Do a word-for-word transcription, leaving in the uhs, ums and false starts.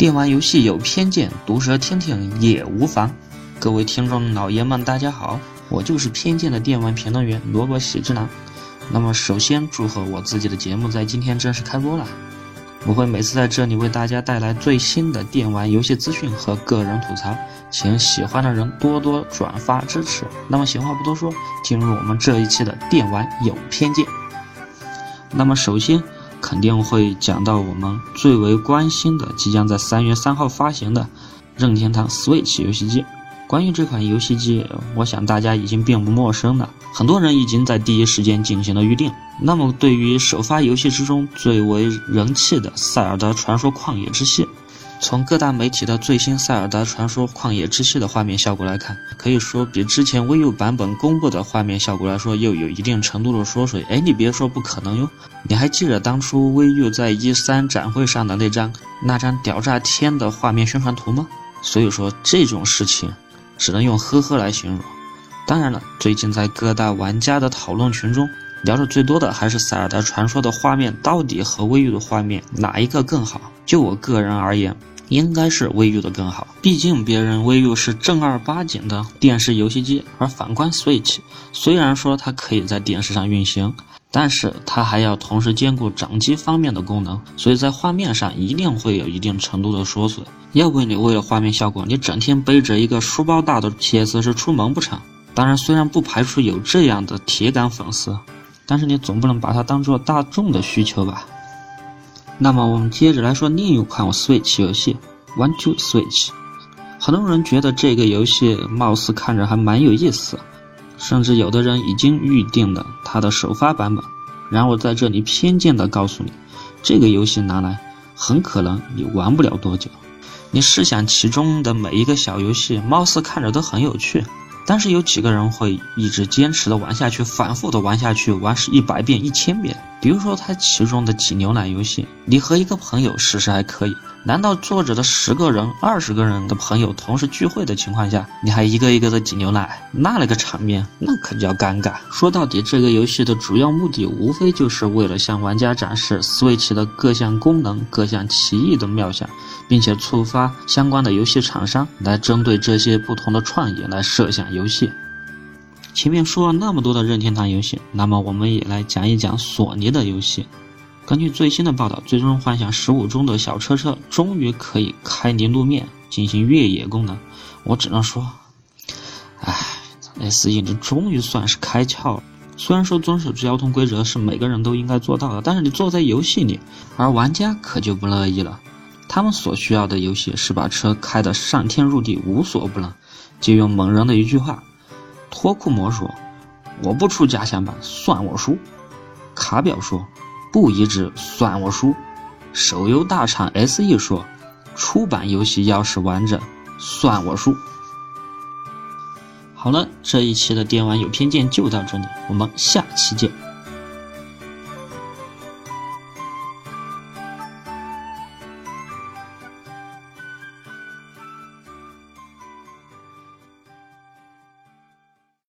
电玩游戏有偏见，毒舌听听也无妨。各位听众老爷们大家好，我就是偏见的电玩评论员萝卜喜之郎。那么首先祝贺我自己的节目在今天正式开播了，我会每次在这里为大家带来最新的电玩游戏资讯和个人吐槽，请喜欢的人多多转发支持。那么闲话不多说，进入我们这一期的电玩有偏见。那么首先肯定会讲到我们最为关心的即将在三月三号发行的任天堂 Switch 游戏机。关于这款游戏机，我想大家已经并不陌生了，很多人已经在第一时间进行了预定。那么对于首发游戏之中最为人气的塞尔达传说旷野之息，从各大媒体的最新塞尔达传说旷野之息的画面效果来看，可以说比之前 Wii U 版本公布的画面效果来说又有一定程度的缩水。哎，你别说不可能哟，你还记得当初 Wii U 在 E 三 展会上的那张那张屌炸天的画面宣传图吗？所以说这种事情只能用呵呵来形容。当然了，最近在各大玩家的讨论群中聊得最多的还是塞尔达传说的画面到底和 Wii U 的画面哪一个更好。就我个人而言，应该是 Wii U 的更好，毕竟别人 Wii U 是正儿八经的电视游戏机，而反观 Switch 虽然说它可以在电视上运行，但是它还要同时兼顾掌机方面的功能，所以在画面上一定会有一定程度的缩水。要不你为了画面效果，你整天背着一个书包大的 P S 四出门不成？当然虽然不排除有这样的铁杆粉丝，但是你总不能把它当做大众的需求吧。那么我们接着来说另一款 Switch 游戏 One to Switch。 很多人觉得这个游戏貌似看着还蛮有意思，甚至有的人已经预定了它的首发版本。然而我在这里偏见的告诉你，这个游戏拿来很可能你玩不了多久。你试想其中的每一个小游戏貌似看着都很有趣，但是有几个人会一直坚持的玩下去，反复的玩下去，玩是一百遍一千遍。比如说它其中的挤牛奶游戏，你和一个朋友试试还可以，难道坐着的十个人二十个人的朋友同时聚会的情况下，你还一个一个的挤牛奶，那那个场面那可叫尴尬。说到底，这个游戏的主要目的无非就是为了向玩家展示 Switch 的各项功能，各项奇异的妙想，并且触发相关的游戏厂商来针对这些不同的创意来设想游戏。前面说了那么多的任天堂游戏，那么我们也来讲一讲索尼的游戏。根据最新的报道，最终幻想十五中的小车车终于可以开泥路面进行越野功能。我只能说，唉 S E 你终于算是开窍了。虽然说遵守交通规则是每个人都应该做到的，但是你坐在游戏里，而玩家可就不乐意了。他们所需要的游戏是把车开得上天入地无所不能。借用某人的一句话，脱库摩说，我不出假想版算我输。卡表说，不移植算我输。手游大厂 S E 说，出版游戏要是完整算我输。好了，这一期的电玩有偏见就到这里，我们下期见。